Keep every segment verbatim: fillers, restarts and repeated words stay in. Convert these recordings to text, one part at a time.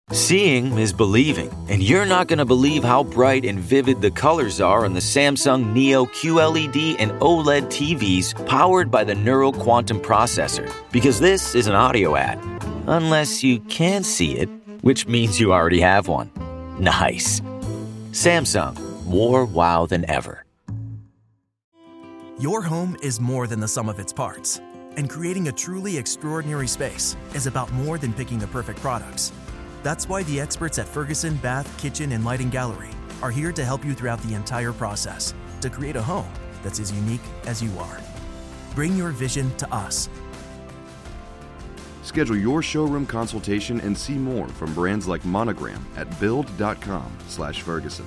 Seeing is believing, and you're not going to believe how bright and vivid the colors are on the Samsung Neo Q L E D and OLED T Vs powered by the Neural Quantum Processor. Because this is an audio ad. Unless you can see it, which means you already have one. Nice. Samsung. More wow than ever. Your home is more than the sum of its parts. And creating a truly extraordinary space is about more than picking the perfect products. That's why the experts at Ferguson Bath, Kitchen, and Lighting Gallery are here to help you throughout the entire process to create a home that's as unique as you are. Bring your vision to us. Schedule your showroom consultation and see more from brands like Monogram at build.com slash Ferguson.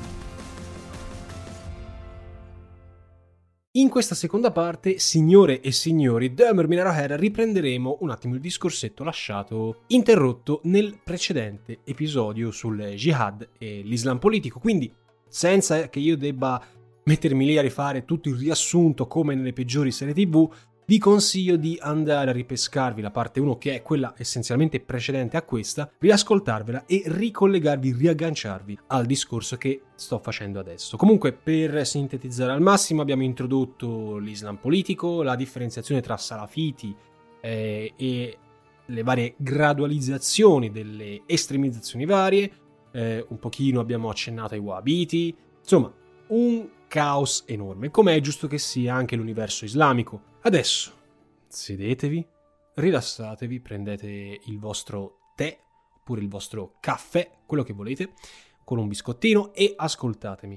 In questa seconda parte, signore e signori, da Minaro Hair riprenderemo un attimo il discorsetto lasciato interrotto nel precedente episodio sul jihad e l'Islam politico, quindi senza che io debba mettermi lì a rifare tutto il riassunto come nelle peggiori serie tv, vi consiglio di andare a ripescarvi la parte uno, che è quella essenzialmente precedente a questa, riascoltarvela e ricollegarvi, riagganciarvi al discorso che sto facendo adesso. Comunque, per sintetizzare al massimo, abbiamo introdotto l'Islam politico, la differenziazione tra salafiti eh, e le varie gradualizzazioni delle estremizzazioni varie, eh, un pochino abbiamo accennato ai wahhabiti, insomma, un caos enorme, come è giusto che sia anche l'universo islamico. Adesso sedetevi, rilassatevi, prendete il vostro tè oppure il vostro caffè, quello che volete, con un biscottino e ascoltatemi.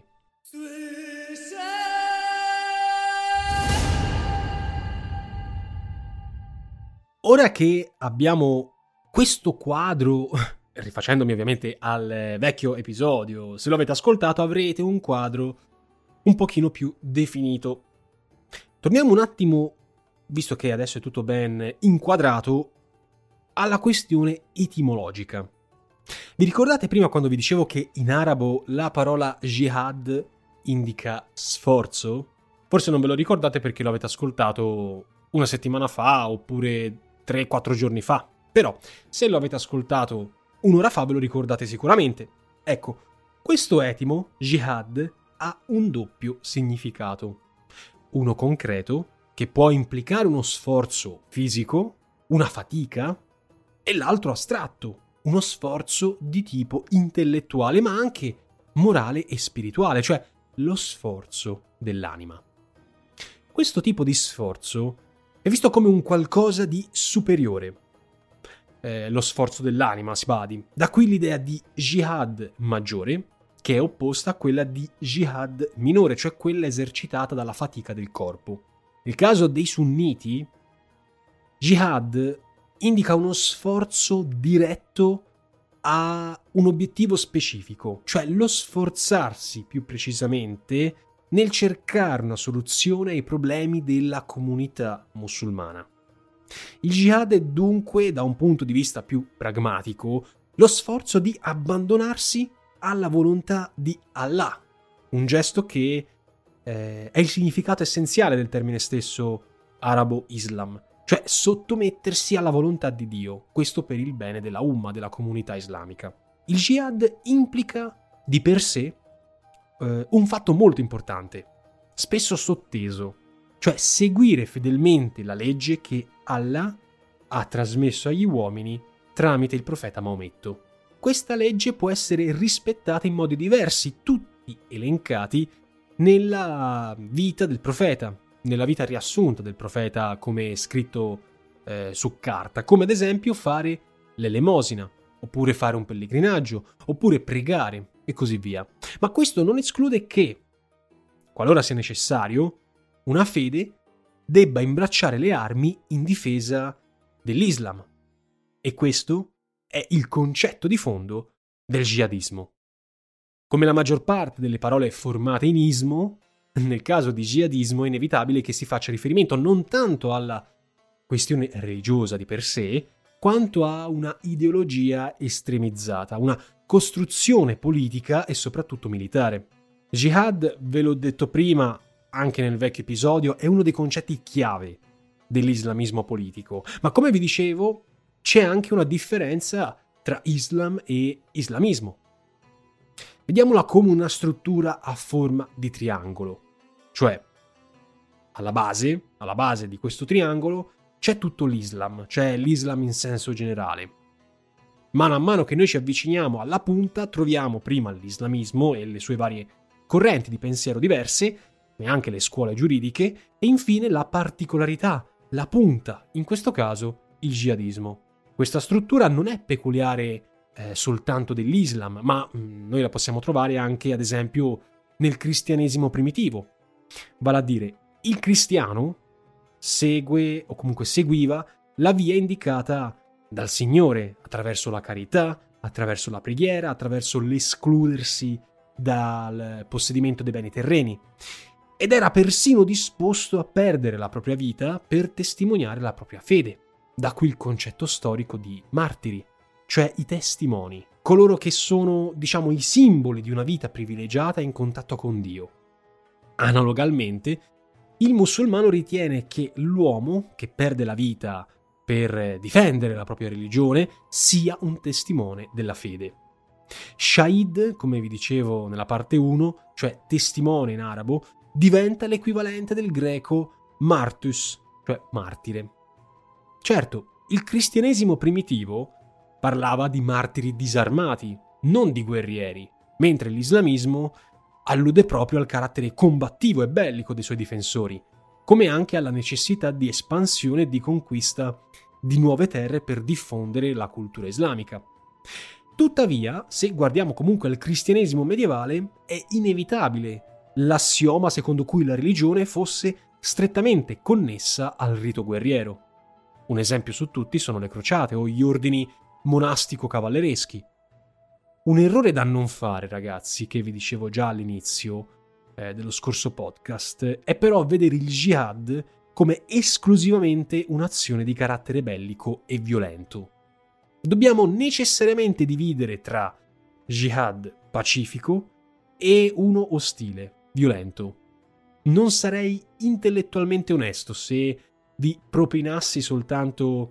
Ora che abbiamo questo quadro, rifacendomi ovviamente al vecchio episodio, se lo avete ascoltato avrete un quadro un pochino più definito. Torniamo un attimo, visto che adesso è tutto ben inquadrato, alla questione etimologica. Vi ricordate prima quando vi dicevo che in arabo la parola jihad indica sforzo? Forse non ve lo ricordate perché lo avete ascoltato una settimana fa oppure tre quattro giorni fa. Però, se lo avete ascoltato un'ora fa ve lo ricordate sicuramente. Ecco, questo etimo, jihad, ha un doppio significato. Uno concreto, che può implicare uno sforzo fisico, una fatica, e l'altro astratto, uno sforzo di tipo intellettuale, ma anche morale e spirituale, cioè lo sforzo dell'anima. Questo tipo di sforzo è visto come un qualcosa di superiore. Eh, lo sforzo dell'anima, si badi. Da qui l'idea di jihad maggiore, che è opposta a quella di jihad minore, cioè quella esercitata dalla fatica del corpo. Nel caso dei sunniti, jihad indica uno sforzo diretto a un obiettivo specifico, cioè lo sforzarsi più precisamente nel cercare una soluzione ai problemi della comunità musulmana. Il jihad è dunque, da un punto di vista più pragmatico, lo sforzo di abbandonarsi alla volontà di Allah, un gesto che eh, è il significato essenziale del termine stesso arabo-islam, cioè sottomettersi alla volontà di Dio, questo per il bene della umma, della comunità islamica. Il jihad implica di per sé eh, un fatto molto importante, spesso sotteso, cioè seguire fedelmente la legge che Allah ha trasmesso agli uomini tramite il profeta Maometto. Questa legge può essere rispettata in modi diversi, tutti elencati nella vita del profeta, nella vita riassunta del profeta come scritto eh, su carta, come ad esempio fare l'elemosina, oppure fare un pellegrinaggio, oppure pregare e così via. Ma questo non esclude che, qualora sia necessario, una fede debba imbracciare le armi in difesa dell'Islam. E questo è il concetto di fondo del jihadismo. Come la maggior parte delle parole formate in ismo, nel caso di jihadismo è inevitabile che si faccia riferimento non tanto alla questione religiosa di per sé, quanto a una ideologia estremizzata, una costruzione politica e soprattutto militare. Jihad, ve l'ho detto prima, anche nel vecchio episodio, è uno dei concetti chiave dell'islamismo politico, ma come vi dicevo c'è anche una differenza tra Islam e islamismo. Vediamola come una struttura a forma di triangolo, cioè alla base, alla base di questo triangolo c'è tutto l'Islam, c'è l'Islam in senso generale. Mano a mano che noi ci avviciniamo alla punta troviamo prima l'islamismo e le sue varie correnti di pensiero diverse, e anche le scuole giuridiche, e infine la particolarità, la punta, in questo caso il jihadismo. Questa struttura non è peculiare eh, soltanto dell'Islam, ma mh, noi la possiamo trovare anche, ad esempio, nel cristianesimo primitivo. Vale a dire, il cristiano segue, o comunque seguiva, la via indicata dal Signore, attraverso la carità, attraverso la preghiera, attraverso l'escludersi dal possedimento dei beni terreni. Ed era persino disposto a perdere la propria vita per testimoniare la propria fede. Da qui il concetto storico di martiri, cioè i testimoni, coloro che sono, diciamo, i simboli di una vita privilegiata in contatto con Dio. Analogamente, il musulmano ritiene che l'uomo che perde la vita per difendere la propria religione sia un testimone della fede. Shahid, come vi dicevo nella parte uno, cioè testimone in arabo, diventa l'equivalente del greco martus, cioè martire. Certo, il cristianesimo primitivo parlava di martiri disarmati, non di guerrieri, mentre l'islamismo allude proprio al carattere combattivo e bellico dei suoi difensori, come anche alla necessità di espansione e di conquista di nuove terre per diffondere la cultura islamica. Tuttavia, se guardiamo comunque al cristianesimo medievale, è inevitabile l'assioma secondo cui la religione fosse strettamente connessa al rito guerriero. Un esempio su tutti sono le crociate o gli ordini monastico-cavallereschi. Un errore da non fare, ragazzi, che vi dicevo già all'inizio eh, dello scorso podcast, è però vedere il jihad come esclusivamente un'azione di carattere bellico e violento. Dobbiamo necessariamente dividere tra jihad pacifico e uno ostile, violento. Non sarei intellettualmente onesto se vi propinassi soltanto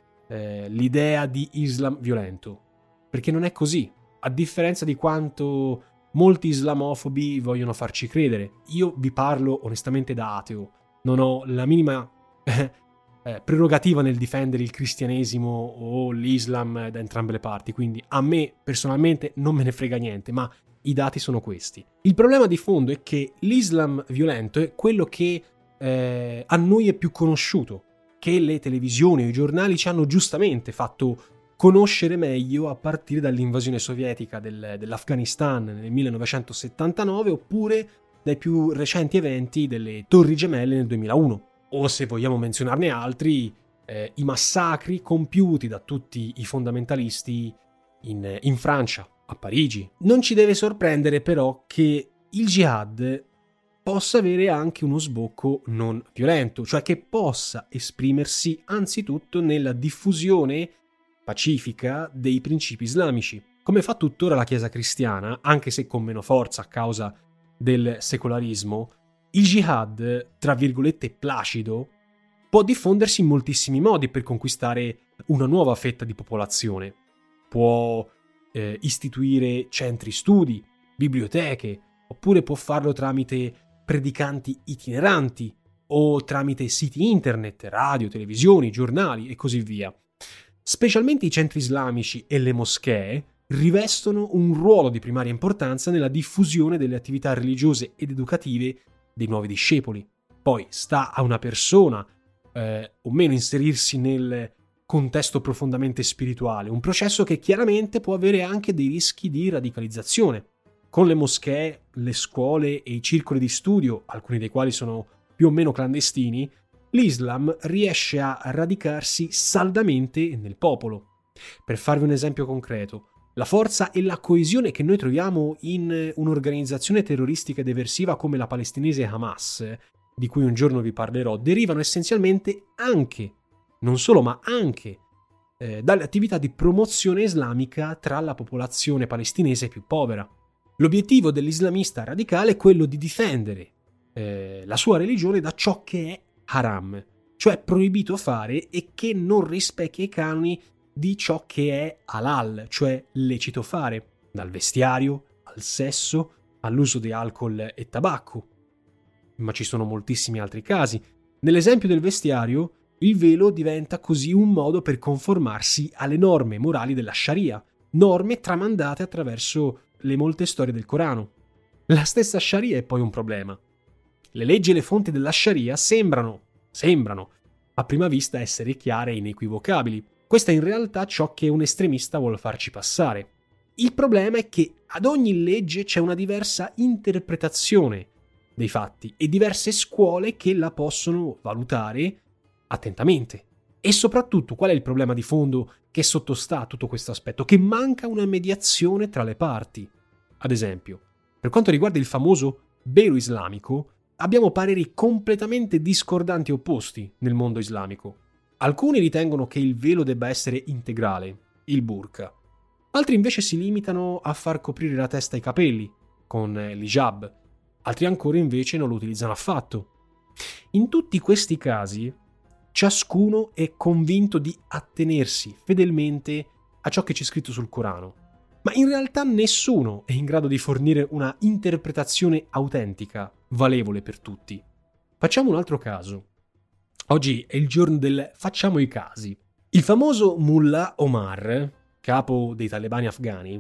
eh, l'idea di Islam violento, perché non è così, a differenza di quanto molti islamofobi vogliono farci credere. Io vi parlo onestamente da ateo, non ho la minima eh, prerogativa nel difendere il cristianesimo o l'Islam da entrambe le parti, quindi a me personalmente non me ne frega niente, ma i dati sono questi. Il problema di fondo è che l'Islam violento è quello che eh, a noi è più conosciuto, che le televisioni o i giornali ci hanno giustamente fatto conoscere meglio a partire dall'invasione sovietica del, dell'Afghanistan nel millenovecentosettantanove oppure dai più recenti eventi delle Torri Gemelle nel duemilauno. O, se vogliamo menzionarne altri, eh, i massacri compiuti da tutti i fondamentalisti in, in Francia, a Parigi. Non ci deve sorprendere però che il jihad possa avere anche uno sbocco non violento, cioè che possa esprimersi anzitutto nella diffusione pacifica dei principi islamici, come fa tuttora la Chiesa cristiana, anche se con meno forza a causa del secolarismo. Il jihad, tra virgolette placido, può diffondersi in moltissimi modi per conquistare una nuova fetta di popolazione. Può eh, istituire centri studi, biblioteche, oppure può farlo tramite predicanti itineranti o tramite siti internet, radio, televisioni, giornali e così via. Specialmente i centri islamici e le moschee rivestono un ruolo di primaria importanza nella diffusione delle attività religiose ed educative dei nuovi discepoli. Poi sta a una persona eh, o meno inserirsi nel contesto profondamente spirituale, un processo che chiaramente può avere anche dei rischi di radicalizzazione. Con le moschee, le scuole e i circoli di studio, alcuni dei quali sono più o meno clandestini, l'Islam riesce a radicarsi saldamente nel popolo. Per farvi un esempio concreto, la forza e la coesione che noi troviamo in un'organizzazione terroristica ed eversiva come la palestinese Hamas, di cui un giorno vi parlerò, derivano essenzialmente anche, non solo ma anche, eh, dalle attività di promozione islamica tra la popolazione palestinese più povera. L'obiettivo dell'islamista radicale è quello di difendere eh, la sua religione da ciò che è haram, cioè proibito fare e che non rispecchia i canoni di ciò che è halal, cioè lecito fare, dal vestiario al sesso all'uso di alcol e tabacco. Ma ci sono moltissimi altri casi. Nell'esempio del vestiario, il velo diventa così un modo per conformarsi alle norme morali della Sharia, norme tramandate attraverso le molte storie del Corano. La stessa Sharia è poi un problema. Le leggi e le fonti della Sharia sembrano, sembrano, a prima vista essere chiare e inequivocabili. Questo è in realtà ciò che un estremista vuole farci passare. Il problema è che ad ogni legge c'è una diversa interpretazione dei fatti e diverse scuole che la possono valutare attentamente. E soprattutto, qual è il problema di fondo che sottostà a tutto questo aspetto? Che manca una mediazione tra le parti. Ad esempio, per quanto riguarda il famoso velo islamico, abbiamo pareri completamente discordanti e opposti nel mondo islamico. Alcuni ritengono che il velo debba essere integrale, il burqa. Altri invece si limitano a far coprire la testa e i capelli, con l'hijab. Altri ancora invece non lo utilizzano affatto. In tutti questi casi, ciascuno è convinto di attenersi fedelmente a ciò che c'è scritto sul Corano. Ma in realtà nessuno è in grado di fornire una interpretazione autentica, valevole per tutti. Facciamo un altro caso. Oggi è il giorno del facciamo i casi. Il famoso Mullah Omar, capo dei talebani afghani,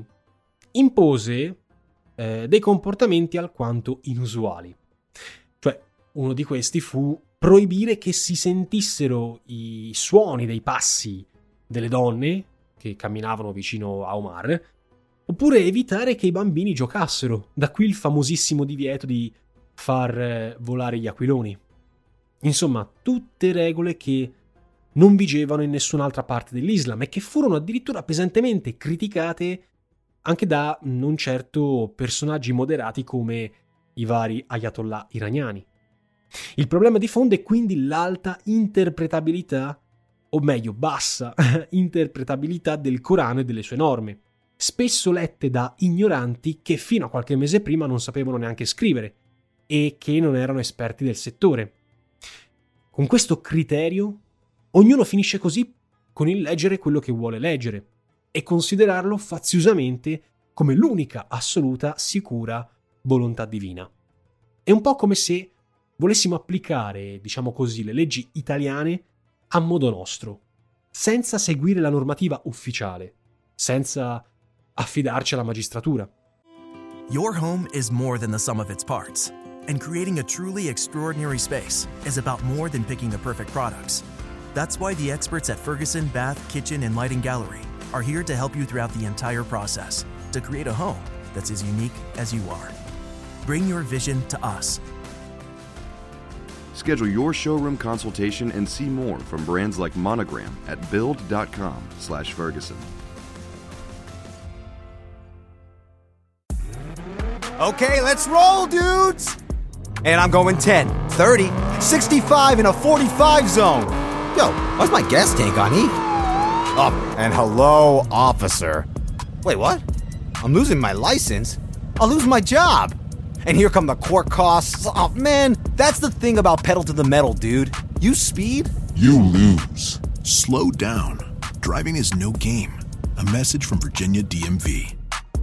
impose eh, dei comportamenti alquanto inusuali. Cioè, uno di questi fu proibire che si sentissero i suoni dei passi delle donne che camminavano vicino a Omar, oppure evitare che i bambini giocassero, da qui il famosissimo divieto di far volare gli aquiloni. Insomma, tutte regole che non vigevano in nessun'altra parte dell'Islam e che furono addirittura pesantemente criticate anche da non certo personaggi moderati come i vari ayatollah iraniani. Il problema di fondo è quindi l'alta interpretabilità, o meglio bassa interpretabilità del Corano e delle sue norme, spesso lette da ignoranti che fino a qualche mese prima non sapevano neanche scrivere e che non erano esperti del settore. Con questo criterio, ognuno finisce così con il leggere quello che vuole leggere e considerarlo faziosamente come l'unica assoluta sicura volontà divina. È un po' come se volessimo applicare, diciamo così, le leggi italiane a modo nostro, senza seguire la normativa ufficiale, senza affidarci alla magistratura. Your home is more than the sum of its parts, and creating a truly extraordinary space is about more than picking the perfect products. That's why the experts at Ferguson Bath, Kitchen, and Lighting Gallery are here to help you throughout the entire process to create a home that's as unique as you are. Bring your vision to us. Schedule your showroom consultation and see more from brands like Monogram at build.com slash Ferguson. Okay, let's roll, dudes! And I'm going ten, thirty, sixty-five in a forty-five zone. Yo, why's my gas tank on E? Oh, and hello, officer. Wait, what? I'm losing my license? I'll lose my job. And here come the court costs. Oh, man, that's the thing about pedal to the metal, dude. You speed, you lose. Slow down. Driving is no game. A message from Virginia D M V.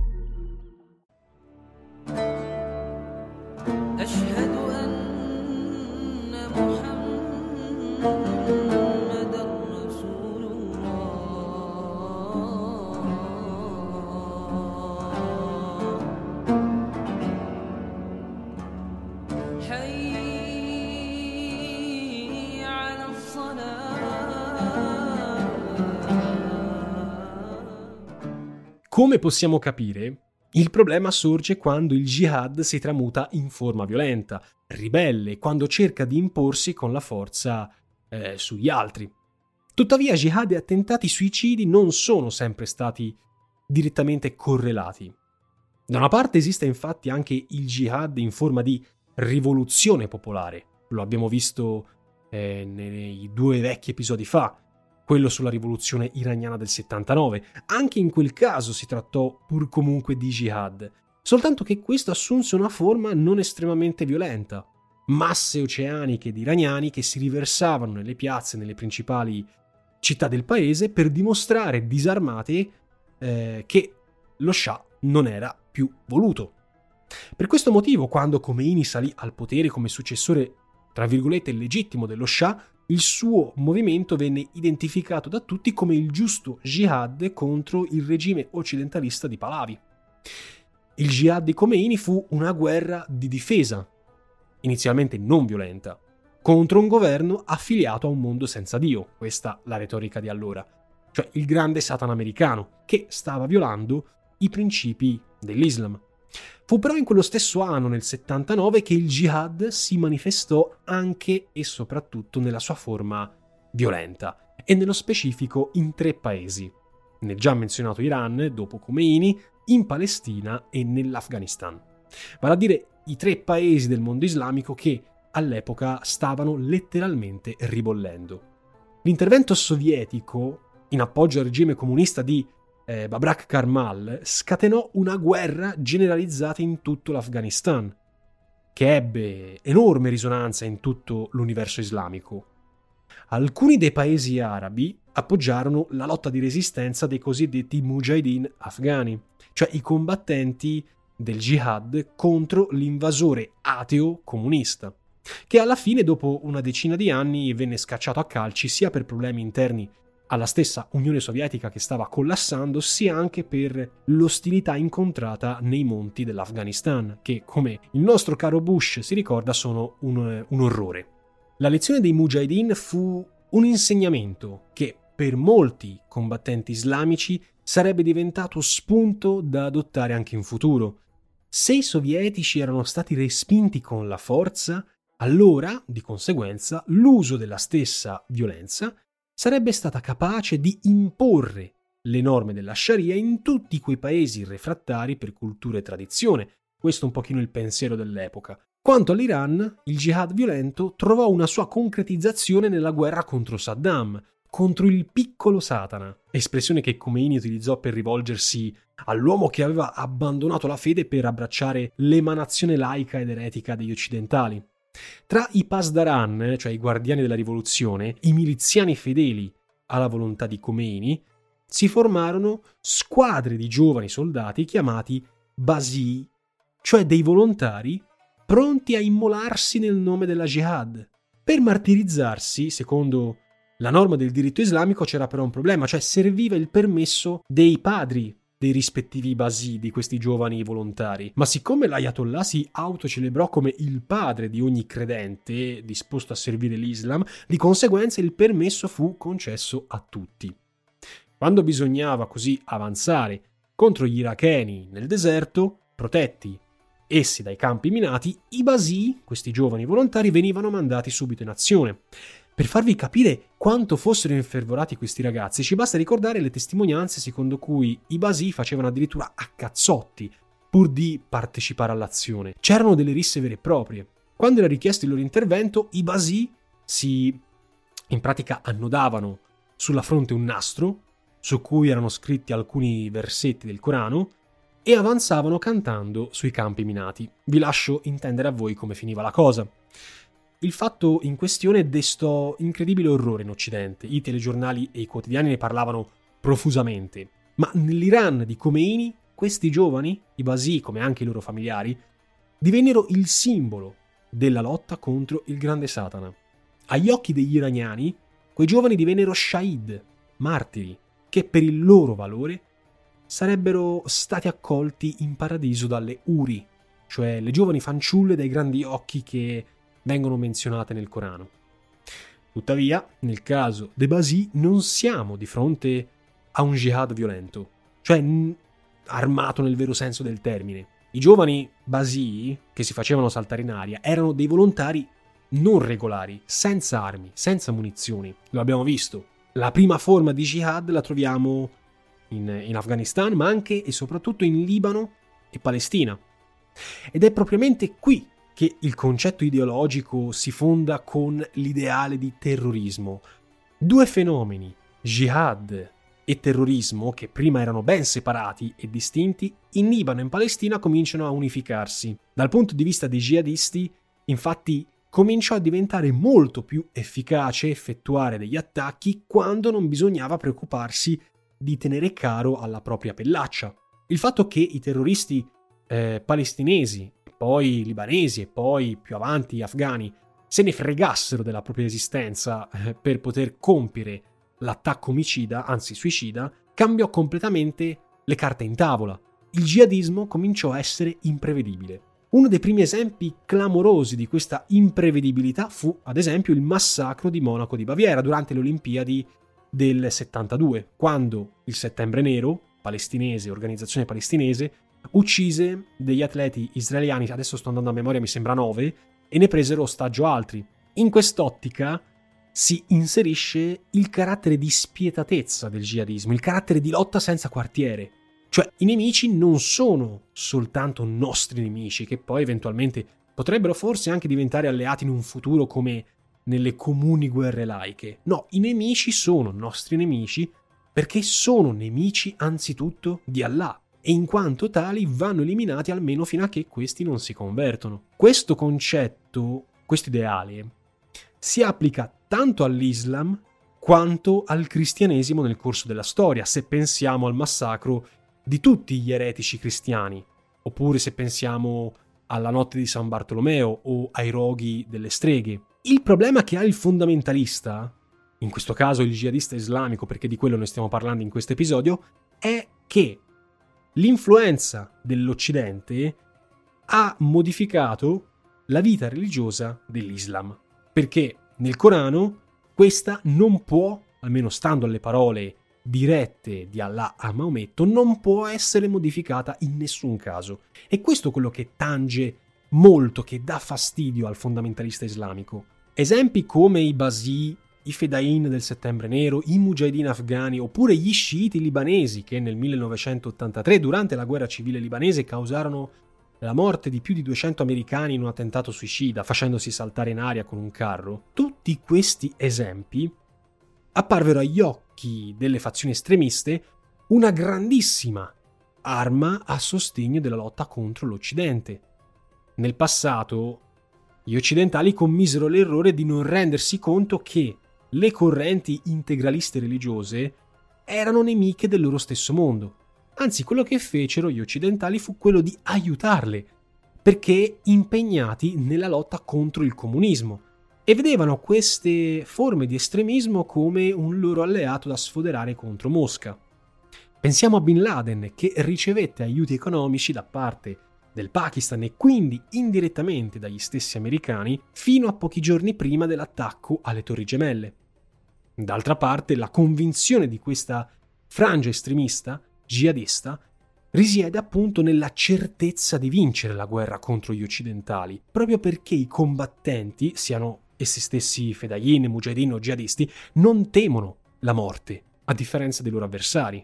Come possiamo capire, il problema sorge quando il jihad si tramuta in forma violenta, ribelle, quando cerca di imporsi con la forza eh, sugli altri. Tuttavia, jihad e attentati suicidi non sono sempre stati direttamente correlati. Da una parte esiste infatti anche il jihad in forma di rivoluzione popolare, lo abbiamo visto eh, nei due vecchi episodi fa, quello sulla rivoluzione iraniana del settantanove. Anche in quel caso si trattò pur comunque di jihad, soltanto che questo assunse una forma non estremamente violenta. Masse oceaniche di iraniani che si riversavano nelle piazze, nelle principali città del paese per dimostrare disarmate eh, che lo Shah non era più voluto. Per questo motivo, quando Khomeini salì al potere come successore, tra virgolette, legittimo dello Shah, il suo movimento venne identificato da tutti come il giusto jihad contro il regime occidentalista di Pahlavi. Il jihad di Khomeini fu una guerra di difesa, inizialmente non violenta, contro un governo affiliato a un mondo senza Dio, questa la retorica di allora, cioè il grande Satana americano, che stava violando i principi dell'Islam. Fu però in quello stesso anno, nel settantanove, che il jihad si manifestò anche e soprattutto nella sua forma violenta, e nello specifico in tre paesi: nel già menzionato Iran, dopo Khomeini, in Palestina e nell'Afghanistan. Vale a dire i tre paesi del mondo islamico che all'epoca stavano letteralmente ribollendo. L'intervento sovietico in appoggio al regime comunista di eh, Babrak Karmal scatenò una guerra generalizzata in tutto l'Afghanistan, che ebbe enorme risonanza in tutto l'universo islamico. Alcuni dei paesi arabi appoggiarono la lotta di resistenza dei cosiddetti mujahideen afghani, cioè i combattenti del jihad contro l'invasore ateo comunista, che alla fine, dopo una decina di anni, venne scacciato a calci sia per problemi interni alla stessa Unione Sovietica che stava collassando, sia anche per l'ostilità incontrata nei monti dell'Afghanistan, che, come il nostro caro Bush si ricorda, sono un, un orrore. La lezione dei mujahideen fu un insegnamento che per molti combattenti islamici sarebbe diventato spunto da adottare anche in futuro. Se i sovietici erano stati respinti con la forza, allora, di conseguenza, l'uso della stessa violenza sarebbe stata capace di imporre le norme della Sharia in tutti quei paesi refrattari per cultura e tradizione. Questo è un pochino il pensiero dell'epoca. Quanto all'Iran, il jihad violento trovò una sua concretizzazione nella guerra contro Saddam, contro il piccolo Satana, espressione che Khomeini utilizzò per rivolgersi all'uomo che aveva abbandonato la fede per abbracciare l'emanazione laica ed eretica degli occidentali. Tra i Pasdaran, cioè i guardiani della rivoluzione, i miliziani fedeli alla volontà di Khomeini, si formarono squadre di giovani soldati chiamati Basij, cioè dei volontari pronti a immolarsi nel nome della jihad. Per martirizzarsi, secondo la norma del diritto islamico, c'era però un problema, cioè serviva il permesso dei padri dei rispettivi Basij, di questi giovani volontari. Ma siccome l'Ayatollah si autocelebrò come il padre di ogni credente disposto a servire l'Islam, di conseguenza il permesso fu concesso a tutti. Quando bisognava così avanzare contro gli iracheni nel deserto, protetti essi dai campi minati, i Basij, questi giovani volontari, venivano mandati subito in azione. Per farvi capire quanto fossero infervorati questi ragazzi, ci basta ricordare le testimonianze secondo cui i Basij facevano addirittura a cazzotti pur di partecipare all'azione. C'erano delle risse vere e proprie. Quando era richiesto il loro intervento, i Basij si, in pratica, annodavano sulla fronte un nastro su cui erano scritti alcuni versetti del Corano e avanzavano cantando sui campi minati. Vi lascio intendere a voi come finiva la cosa. Il fatto in questione destò incredibile orrore in Occidente. I telegiornali e i quotidiani ne parlavano profusamente. Ma nell'Iran di Khomeini, questi giovani, i Basij come anche i loro familiari, divennero il simbolo della lotta contro il grande Satana. Agli occhi degli iraniani, quei giovani divennero shahid, martiri, che per il loro valore sarebbero stati accolti in paradiso dalle Uri, cioè le giovani fanciulle dai grandi occhi che vengono menzionate nel Corano. Tuttavia, nel caso dei Basij non siamo di fronte a un jihad violento, cioè n- armato nel vero senso del termine. I giovani Basij che si facevano saltare in aria erano dei volontari non regolari, senza armi, senza munizioni. Lo abbiamo visto. La prima forma di jihad la troviamo in, in Afghanistan, ma anche e soprattutto in Libano e Palestina. Ed è propriamente qui che il concetto ideologico si fonda con l'ideale di terrorismo. Due fenomeni, jihad e terrorismo, che prima erano ben separati e distinti, in Libano e in Palestina cominciano a unificarsi. Dal punto di vista dei jihadisti, infatti, cominciò a diventare molto più efficace effettuare degli attacchi quando non bisognava preoccuparsi di tenere caro alla propria pellaccia. Il fatto che i terroristi eh, palestinesi, poi libanesi e poi più avanti afghani se ne fregassero della propria esistenza eh, per poter compiere l'attacco omicida, anzi suicida, cambiò completamente le carte in tavola. Il jihadismo cominciò a essere imprevedibile. Uno dei primi esempi clamorosi di questa imprevedibilità fu, ad esempio, il massacro di Monaco di Baviera durante le Olimpiadi del settantadue, quando il Settembre Nero, palestinese, organizzazione palestinese, uccise degli atleti israeliani, adesso sto andando a memoria, mi sembra nove, e ne presero ostaggio altri. In quest'ottica si inserisce il carattere di spietatezza del jihadismo, il carattere di lotta senza quartiere. Cioè, i nemici non sono soltanto nostri nemici, che poi eventualmente potrebbero forse anche diventare alleati in un futuro come nelle comuni guerre laiche. No, i nemici sono nostri nemici perché sono nemici anzitutto di Allah e in quanto tali vanno eliminati almeno fino a che questi non si convertono. Questo concetto, questo ideale, si applica tanto all'Islam quanto al cristianesimo nel corso della storia, se pensiamo al massacro di tutti gli eretici cristiani, oppure se pensiamo alla notte di San Bartolomeo o ai roghi delle streghe. Il problema che ha il fondamentalista, in questo caso il jihadista islamico, perché di quello ne stiamo parlando in questo episodio, è che l'influenza dell'Occidente ha modificato la vita religiosa dell'Islam, perché nel Corano questa non può, almeno stando alle parole dirette di Allah a Maometto, non può essere modificata in nessun caso. E questo è quello che tange molto, che dà fastidio al fondamentalista islamico. Esempi come i Basì, i Fedain del Settembre Nero, i Mujahideen afghani, oppure gli sciiti libanesi che nel millenovecentottantatré, durante la guerra civile libanese, causarono la morte di più di duecento americani in un attentato suicida, facendosi saltare in aria con un carro. Tutti questi esempi apparvero agli occhi delle fazioni estremiste una grandissima arma a sostegno della lotta contro l'Occidente. Nel passato, gli occidentali commisero l'errore di non rendersi conto che le correnti integraliste religiose erano nemiche del loro stesso mondo. Anzi, quello che fecero gli occidentali fu quello di aiutarle, perché impegnati nella lotta contro il comunismo, e vedevano queste forme di estremismo come un loro alleato da sfoderare contro Mosca. Pensiamo a Bin Laden, che ricevette aiuti economici da parte del Pakistan e quindi indirettamente dagli stessi americani fino a pochi giorni prima dell'attacco alle Torri Gemelle. D'altra parte, la convinzione di questa frangia estremista, jihadista, risiede appunto nella certezza di vincere la guerra contro gli occidentali, proprio perché i combattenti, siano essi stessi fedayin, mujahideen o jihadisti, non temono la morte, a differenza dei loro avversari.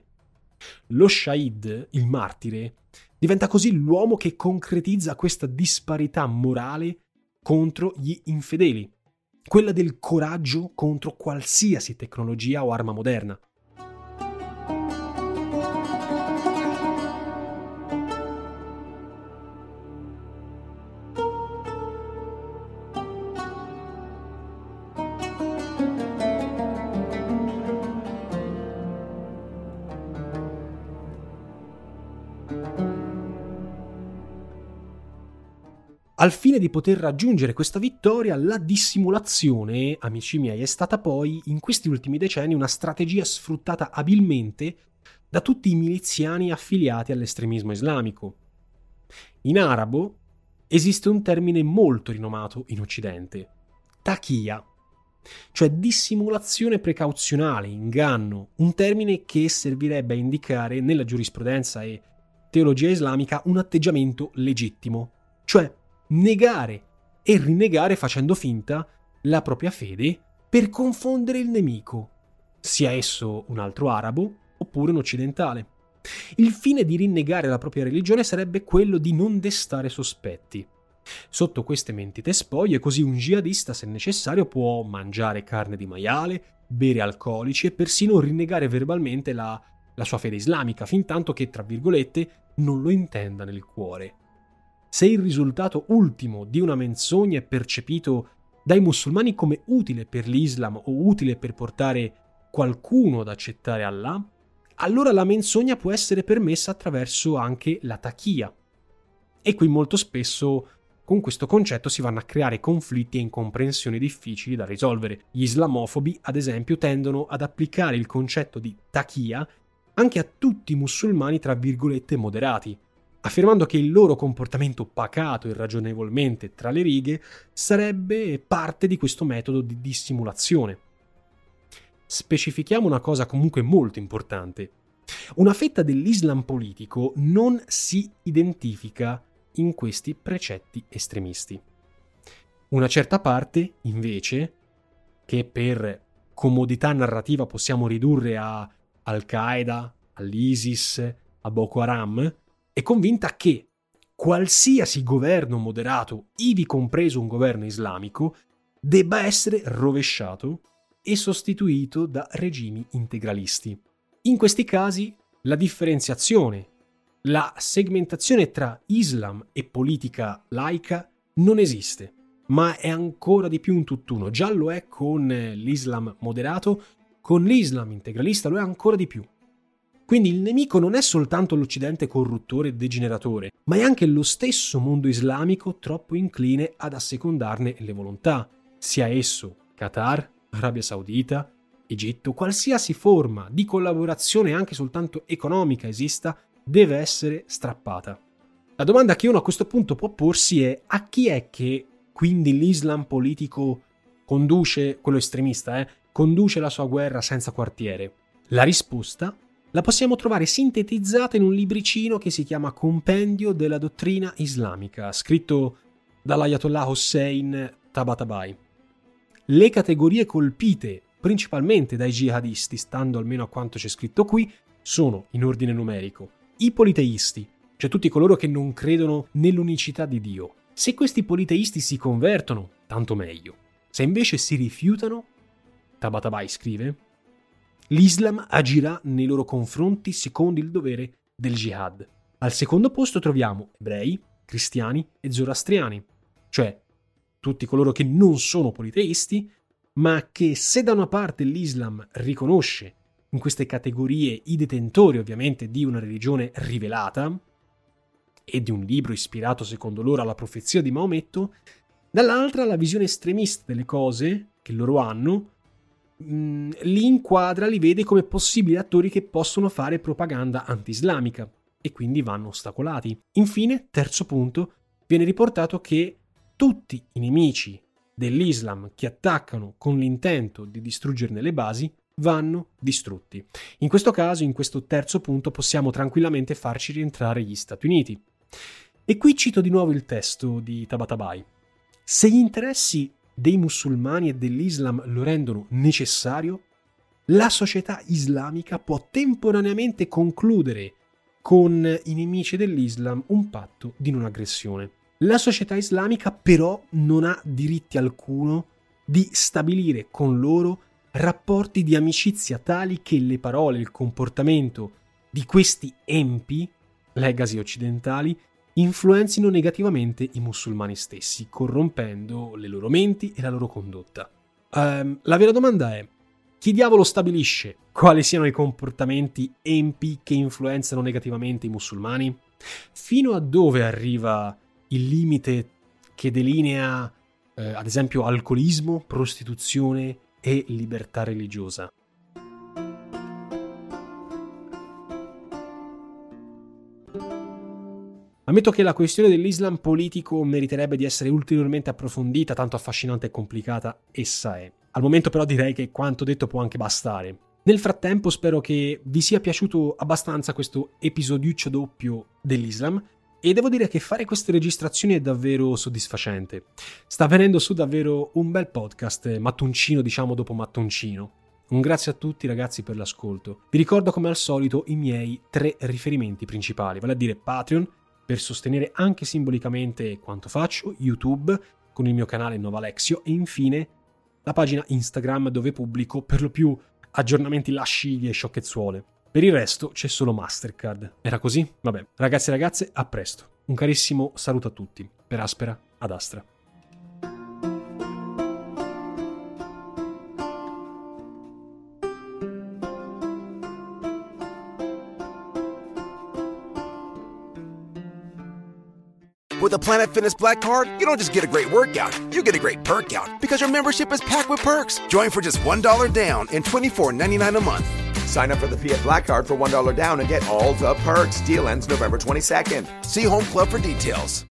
Lo shahid, il martire, diventa così l'uomo che concretizza questa disparità morale contro gli infedeli, quella del coraggio contro qualsiasi tecnologia o arma moderna. Al fine di poter raggiungere questa vittoria, la dissimulazione, amici miei, è stata poi in questi ultimi decenni una strategia sfruttata abilmente da tutti i miliziani affiliati all'estremismo islamico. In arabo esiste un termine molto rinomato in Occidente, taqiyya, cioè dissimulazione precauzionale, inganno, un termine che servirebbe a indicare nella giurisprudenza e teologia islamica un atteggiamento legittimo, cioè negare e rinnegare facendo finta la propria fede per confondere il nemico, sia esso un altro arabo oppure un occidentale. Il fine di rinnegare la propria religione sarebbe quello di non destare sospetti. Sotto queste mentite spoglie, così un jihadista, se necessario, può mangiare carne di maiale, bere alcolici e persino rinnegare verbalmente la, la sua fede islamica, fintanto che, tra virgolette, non lo intenda nel cuore. Se il risultato ultimo di una menzogna è percepito dai musulmani come utile per l'Islam o utile per portare qualcuno ad accettare Allah, allora la menzogna può essere permessa attraverso anche la taqiyya. E qui molto spesso con questo concetto si vanno a creare conflitti e incomprensioni difficili da risolvere. Gli islamofobi, ad esempio, tendono ad applicare il concetto di taqiyya anche a tutti i musulmani tra virgolette moderati, affermando che il loro comportamento pacato e ragionevolmente tra le righe sarebbe parte di questo metodo di dissimulazione. Specifichiamo una cosa comunque molto importante. Una fetta dell'Islam politico non si identifica in questi precetti estremisti. Una certa parte, invece, che per comodità narrativa possiamo ridurre a Al-Qaeda, all'ISIS, a Boko Haram, è convinta che qualsiasi governo moderato, ivi compreso un governo islamico, debba essere rovesciato e sostituito da regimi integralisti. In questi casi la differenziazione, la segmentazione tra Islam e politica laica non esiste, ma è ancora di più un tutt'uno. Già lo è con l'Islam moderato, con l'Islam integralista lo è ancora di più. Quindi il nemico non è soltanto l'Occidente corruttore e degeneratore, ma è anche lo stesso mondo islamico troppo incline ad assecondarne le volontà, sia esso Qatar, Arabia Saudita, Egitto, qualsiasi forma di collaborazione anche soltanto economica esista, deve essere strappata. La domanda che uno a questo punto può porsi è: a chi è che quindi l'Islam politico conduce, quello estremista, eh, conduce la sua guerra senza quartiere? La risposta la possiamo trovare sintetizzata in un libricino che si chiama Compendio della dottrina islamica, scritto dall'Ayatollah Hossein Tabatabai. Le categorie colpite principalmente dai jihadisti, stando almeno a quanto c'è scritto qui, sono, in ordine numerico, i politeisti, cioè tutti coloro che non credono nell'unicità di Dio. Se questi politeisti si convertono, tanto meglio. Se invece si rifiutano, Tabatabai scrive, l'Islam agirà nei loro confronti secondo il dovere del jihad. Al secondo posto troviamo ebrei, cristiani e zoroastriani, cioè tutti coloro che non sono politeisti, ma che se da una parte l'Islam riconosce in queste categorie i detentori ovviamente di una religione rivelata e di un libro ispirato secondo loro alla profezia di Maometto, dall'altra la visione estremista delle cose che loro hanno mh, li inquadra, li vede come possibili attori che possono fare propaganda anti-islamica e quindi vanno ostacolati. Infine, terzo punto, viene riportato che tutti i nemici dell'Islam che attaccano con l'intento di distruggerne le basi vanno distrutti. In questo caso, in questo terzo punto, possiamo tranquillamente farci rientrare gli Stati Uniti. E qui cito di nuovo il testo di Tabatabai. Se gli interessi dei musulmani e dell'Islam lo rendono necessario, la società islamica può temporaneamente concludere con i nemici dell'Islam un patto di non aggressione. La società islamica però non ha diritti alcuno di stabilire con loro rapporti di amicizia tali che le parole e il comportamento di questi empi, legacy occidentali, influenzino negativamente i musulmani stessi, corrompendo le loro menti e la loro condotta. Um, la vera domanda è: chi diavolo stabilisce quali siano i comportamenti empi che influenzano negativamente i musulmani? Fino a dove arriva il limite che delinea, eh, ad esempio, alcolismo, prostituzione e libertà religiosa? Ammetto che la questione dell'Islam politico meriterebbe di essere ulteriormente approfondita, tanto affascinante e complicata essa è. Al momento però direi che quanto detto può anche bastare. Nel frattempo spero che vi sia piaciuto abbastanza questo episodiuccio doppio dell'Islam e devo dire che fare queste registrazioni è davvero soddisfacente. Sta venendo su davvero un bel podcast, mattoncino diciamo dopo mattoncino. Un grazie a tutti ragazzi per l'ascolto. Vi ricordo come al solito i miei tre riferimenti principali, vale a dire Patreon, per sostenere anche simbolicamente quanto faccio, YouTube con il mio canale Novalexio e infine la pagina Instagram dove pubblico per lo più aggiornamenti lascivi e sciocchezzuole. Per il resto c'è solo Mastercard. Era così? Vabbè. Ragazzi e ragazze, a presto. Un carissimo saluto a tutti. Per Aspera ad Astra. With a Planet Fitness Black Card, you don't just get a great workout, you get a great perk out because your membership is packed with perks. Join for just one dollar down and twenty-four ninety-nine a month. Sign up for the P F Black Card for one dollar down and get all the perks. Deal ends November twenty-second. See Home Club for details.